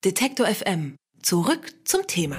Detektor FM. Zurück zum Thema.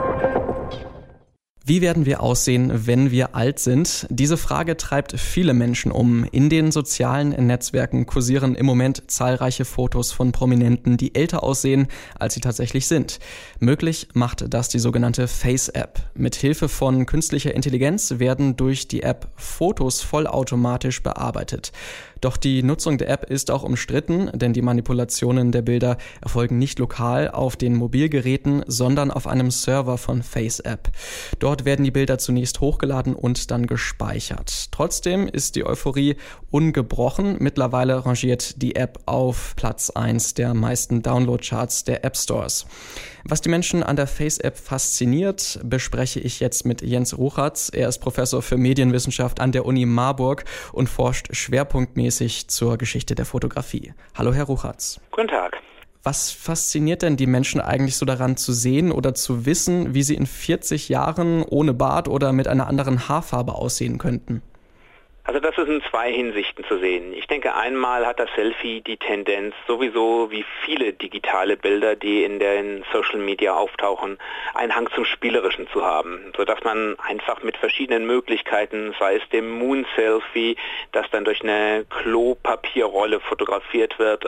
Wie werden wir aussehen, wenn wir alt sind? Diese Frage treibt viele Menschen um. In den sozialen Netzwerken kursieren im Moment zahlreiche Fotos von Prominenten, die älter aussehen, als sie tatsächlich sind. Möglich macht das die sogenannte Face-App. Mit Hilfe von künstlicher Intelligenz werden durch die App Fotos vollautomatisch bearbeitet. Doch die Nutzung der App ist auch umstritten, denn die Manipulationen der Bilder erfolgen nicht lokal auf den Mobilgeräten, sondern auf einem Server von Face-App. Dort werden die Bilder zunächst hochgeladen und dann gespeichert. Trotzdem ist die Euphorie ungebrochen. Mittlerweile rangiert die App auf Platz 1 der meisten Download-Charts der App Stores. Was die Menschen an der Face-App fasziniert, bespreche ich jetzt mit Jens Ruchatz. Er ist Professor für Medienwissenschaft an der Uni Marburg und forscht schwerpunktmäßig zur Geschichte der Fotografie. Hallo, Herr Ruchatz. Guten Tag. Was fasziniert denn die Menschen eigentlich so daran zu sehen oder zu wissen, wie sie in 40 Jahren ohne Bart oder mit einer anderen Haarfarbe aussehen könnten? Also das ist in zwei Hinsichten zu sehen. Ich denke, einmal hat das Selfie die Tendenz, sowieso wie viele digitale Bilder, die in den Social Media auftauchen, einen Hang zum Spielerischen zu haben, sodass man einfach mit verschiedenen Möglichkeiten, sei es dem Moon-Selfie, das dann durch eine Klopapierrolle fotografiert wird,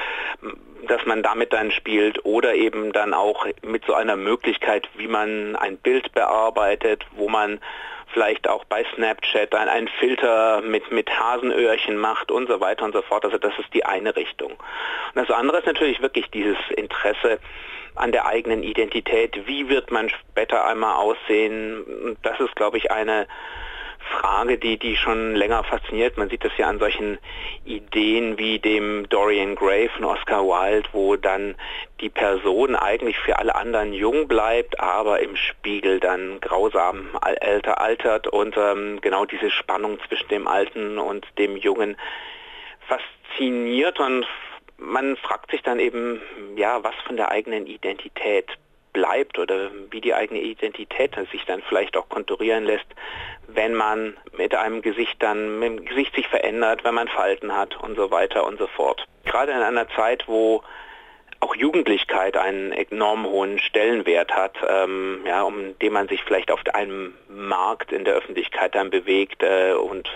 dass man damit dann spielt, oder eben dann auch mit so einer Möglichkeit, wie man ein Bild bearbeitet, wo man vielleicht auch bei Snapchat einen Filter mit Hasenöhrchen macht und so weiter und so fort. Also das ist die eine Richtung. Und das andere ist natürlich wirklich dieses Interesse an der eigenen Identität. Wie wird man später einmal aussehen? Das ist, glaube ich, eine Frage, die schon länger fasziniert. Man sieht das ja an solchen Ideen wie dem Dorian Gray von Oscar Wilde, wo dann die Person eigentlich für alle anderen jung bleibt, aber im Spiegel dann grausam älter altert, und genau diese Spannung zwischen dem Alten und dem Jungen fasziniert, und man fragt sich dann eben, ja, was von der eigenen Identität bleibt oder wie die eigene Identität sich dann vielleicht auch konturieren lässt, wenn man mit dem Gesicht sich verändert, wenn man Falten hat und so weiter und so fort. Gerade in einer Zeit, wo auch Jugendlichkeit einen enorm hohen Stellenwert hat, um den man sich vielleicht auf einem Markt in der Öffentlichkeit dann bewegt und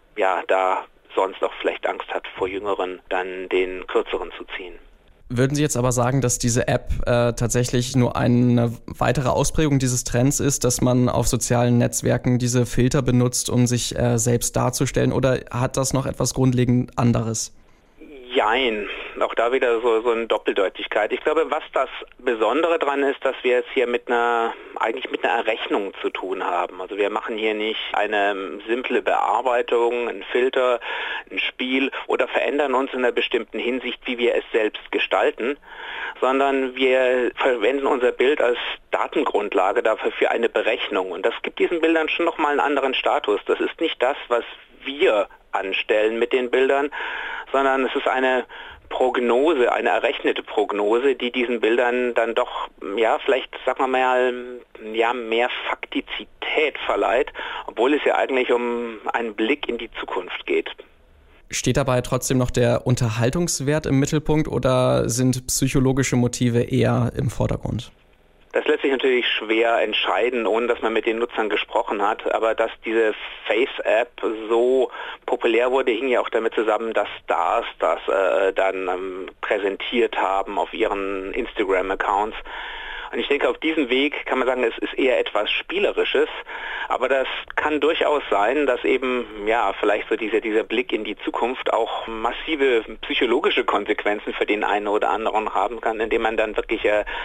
da sonst auch vielleicht Angst hat, vor Jüngeren dann den Kürzeren zu ziehen. Würden Sie jetzt aber sagen, dass diese App tatsächlich nur eine weitere Ausprägung dieses Trends ist, dass man auf sozialen Netzwerken diese Filter benutzt, um sich selbst darzustellen, oder hat das noch etwas grundlegend anderes? Jein, auch da wieder so eine Doppeldeutigkeit. Ich glaube, was das Besondere dran ist, dass wir es hier mit einer Errechnung zu tun haben. Also wir machen hier nicht eine simple Bearbeitung, einen Filter, ein Spiel oder verändern uns in einer bestimmten Hinsicht, wie wir es selbst gestalten, sondern wir verwenden unser Bild als Datengrundlage dafür für eine Berechnung. Und das gibt diesen Bildern schon nochmal einen anderen Status. Das ist nicht das, was wir anstellen mit den Bildern, sondern es ist eine Prognose, eine errechnete Prognose, die diesen Bildern dann doch, vielleicht, sagen wir mal, mehr Faktizität verleiht, obwohl es ja eigentlich um einen Blick in die Zukunft geht. Steht dabei trotzdem noch der Unterhaltungswert im Mittelpunkt, oder sind psychologische Motive eher im Vordergrund? Das lässt sich natürlich schwer entscheiden, ohne dass man mit den Nutzern gesprochen hat. Aber dass diese Face-App so populär wurde, hing ja auch damit zusammen, dass Stars das dann präsentiert haben auf ihren Instagram-Accounts. Und ich denke, auf diesem Weg kann man sagen, es ist eher etwas Spielerisches, aber das kann durchaus sein, dass eben, vielleicht so dieser Blick in die Zukunft auch massive psychologische Konsequenzen für den einen oder anderen haben kann, indem man dann wirklich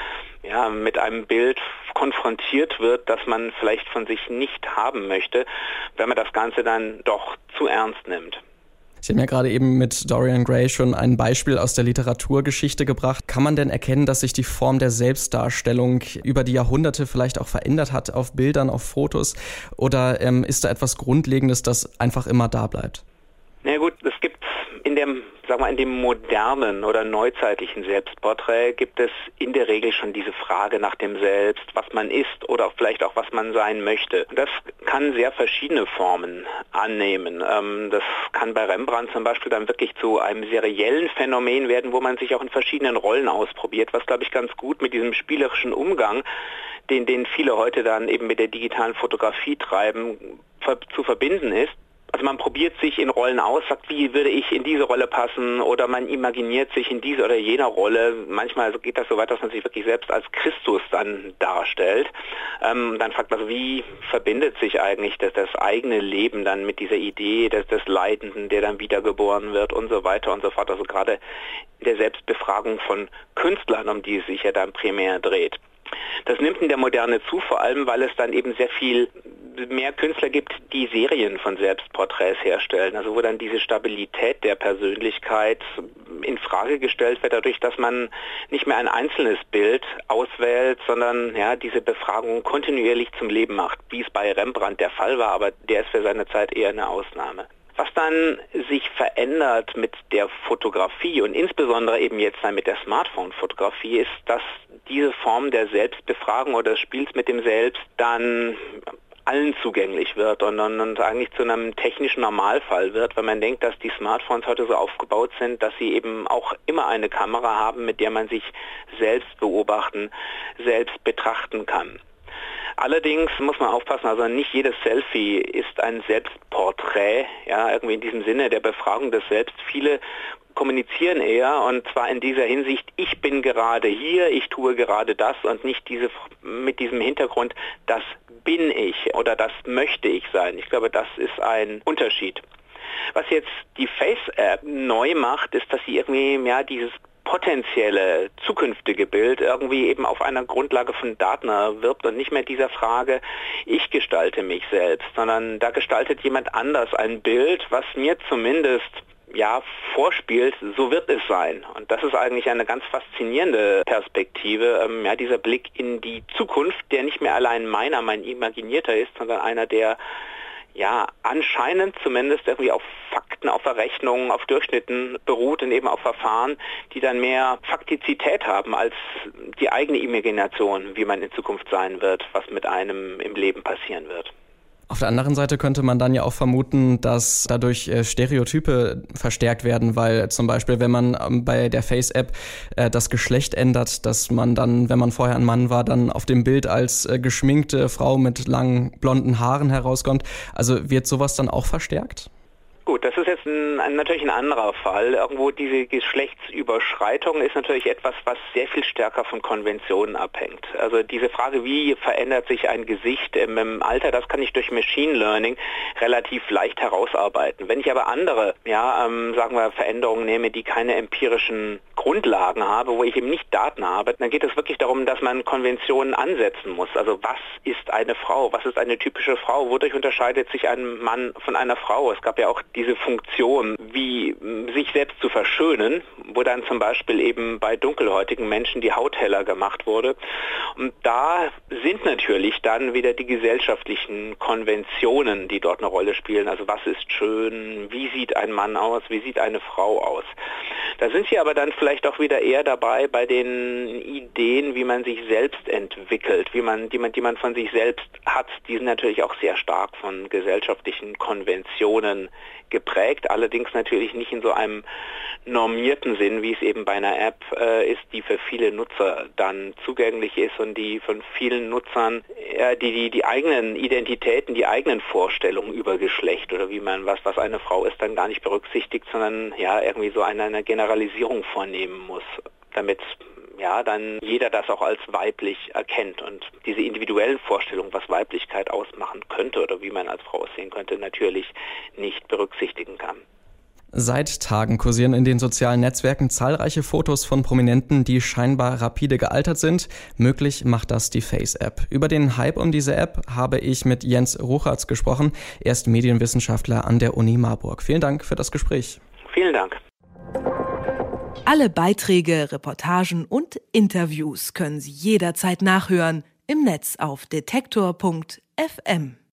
mit einem Bild konfrontiert wird, das man vielleicht von sich nicht haben möchte, wenn man das Ganze dann doch zu ernst nimmt. Sie haben ja gerade eben mit Dorian Gray schon ein Beispiel aus der Literaturgeschichte gebracht. Kann man denn erkennen, dass sich die Form der Selbstdarstellung über die Jahrhunderte vielleicht auch verändert hat auf Bildern, auf Fotos? Oder ist da etwas Grundlegendes, das einfach immer da bleibt? Na gut, es gibt in in dem modernen oder neuzeitlichen Selbstporträt gibt es in der Regel schon diese Frage nach dem Selbst, was man ist oder auch vielleicht auch, was man sein möchte. Das kann sehr verschiedene Formen annehmen. Das kann bei Rembrandt zum Beispiel dann wirklich zu einem seriellen Phänomen werden, wo man sich auch in verschiedenen Rollen ausprobiert, was, glaube ich, ganz gut mit diesem spielerischen Umgang, den viele heute dann eben mit der digitalen Fotografie treiben, zu verbinden ist. Also man probiert sich in Rollen aus, sagt, wie würde ich in diese Rolle passen, oder man imaginiert sich in diese oder jener Rolle. Manchmal geht das so weit, dass man sich wirklich selbst als Christus dann darstellt. Dann fragt man, wie verbindet sich eigentlich das eigene Leben dann mit dieser Idee des Leidenden, der dann wiedergeboren wird und so weiter und so fort. Also gerade in der Selbstbefragung von Künstlern, um die es sich ja dann primär dreht. Das nimmt in der Moderne zu, vor allem weil es dann eben sehr viel mehr Künstler gibt, die Serien von Selbstporträts herstellen, also wo dann diese Stabilität der Persönlichkeit in Frage gestellt wird, dadurch, dass man nicht mehr ein einzelnes Bild auswählt, sondern diese Befragung kontinuierlich zum Leben macht, wie es bei Rembrandt der Fall war, aber der ist für seine Zeit eher eine Ausnahme. Was dann sich verändert mit der Fotografie und insbesondere eben jetzt dann mit der Smartphone-Fotografie ist, dass diese Form der Selbstbefragung oder des Spiels mit dem Selbst dann allen zugänglich wird und eigentlich zu einem technischen Normalfall wird, wenn man denkt, dass die Smartphones heute so aufgebaut sind, dass sie eben auch immer eine Kamera haben, mit der man sich selbst beobachten, selbst betrachten kann. Allerdings muss man aufpassen, also nicht jedes Selfie ist ein Selbstporträt, irgendwie in diesem Sinne der Befragung des Selbst. Viele kommunizieren eher, und zwar in dieser Hinsicht, ich bin gerade hier, ich tue gerade das, und nicht mit diesem Hintergrund, das bin ich oder das möchte ich sein. Ich glaube, das ist ein Unterschied. Was jetzt die Face-App neu macht, ist, dass sie irgendwie dieses potenzielle zukünftige Bild irgendwie eben auf einer Grundlage von Daten erwirbt und nicht mehr dieser Frage, ich gestalte mich selbst, sondern da gestaltet jemand anders ein Bild, was mir zumindest vorspielt, so wird es sein. Und das ist eigentlich eine ganz faszinierende Perspektive, dieser Blick in die Zukunft, der nicht mehr allein mein imaginierter ist, sondern einer, der anscheinend zumindest irgendwie auf Fakten, auf Errechnungen, auf Durchschnitten beruht und eben auf Verfahren, die dann mehr Faktizität haben als die eigene Imagination, wie man in Zukunft sein wird, was mit einem im Leben passieren wird. Auf der anderen Seite könnte man dann ja auch vermuten, dass dadurch Stereotype verstärkt werden, weil zum Beispiel, wenn man bei der Face-App das Geschlecht ändert, dass man dann, wenn man vorher ein Mann war, dann auf dem Bild als geschminkte Frau mit langen blonden Haaren herauskommt. Also wird sowas dann auch verstärkt? Gut, das ist jetzt natürlich ein anderer Fall. Irgendwo diese Geschlechtsüberschreitung ist natürlich etwas, was sehr viel stärker von Konventionen abhängt. Also diese Frage, wie verändert sich ein Gesicht im Alter, das kann ich durch Machine Learning relativ leicht herausarbeiten. Wenn ich aber andere, Veränderungen nehme, die keine empirischen Grundlagen habe, wo ich eben nicht Daten habe, dann geht es wirklich darum, dass man Konventionen ansetzen muss. Also was ist eine Frau? Was ist eine typische Frau? Wodurch unterscheidet sich ein Mann von einer Frau? Es gab ja auch diese Funktion, wie sich selbst zu verschönen, wo dann zum Beispiel eben bei dunkelhäutigen Menschen die Haut heller gemacht wurde. Und da sind natürlich dann wieder die gesellschaftlichen Konventionen, die dort eine Rolle spielen. Also was ist schön? Wie sieht ein Mann aus? Wie sieht eine Frau aus? Da sind sie aber dann vielleicht auch wieder eher dabei bei den Ideen, wie man sich selbst entwickelt, die man von sich selbst hat. Die sind natürlich auch sehr stark von gesellschaftlichen Konventionen geprägt, allerdings natürlich nicht in so einem normierten Sinn, wie es eben bei einer App ist, die für viele Nutzer dann zugänglich ist und die von vielen Nutzern die eigenen Identitäten, die eigenen Vorstellungen über Geschlecht oder wie man was eine Frau ist, dann gar nicht berücksichtigt, sondern irgendwie so eine Generalisierung vornehmen muss, damit dann jeder das auch als weiblich erkennt und diese individuellen Vorstellungen, was Weiblichkeit ausmachen könnte oder wie man als Frau aussehen könnte, natürlich nicht berücksichtigen kann. Seit Tagen kursieren in den sozialen Netzwerken zahlreiche Fotos von Prominenten, die scheinbar rapide gealtert sind. Möglich macht das die Face-App. Über den Hype um diese App habe ich mit Jens Ruchatz gesprochen. Er ist Medienwissenschaftler an der Uni Marburg. Vielen Dank für das Gespräch. Vielen Dank. Alle Beiträge, Reportagen und Interviews können Sie jederzeit nachhören im Netz auf detektor.fm.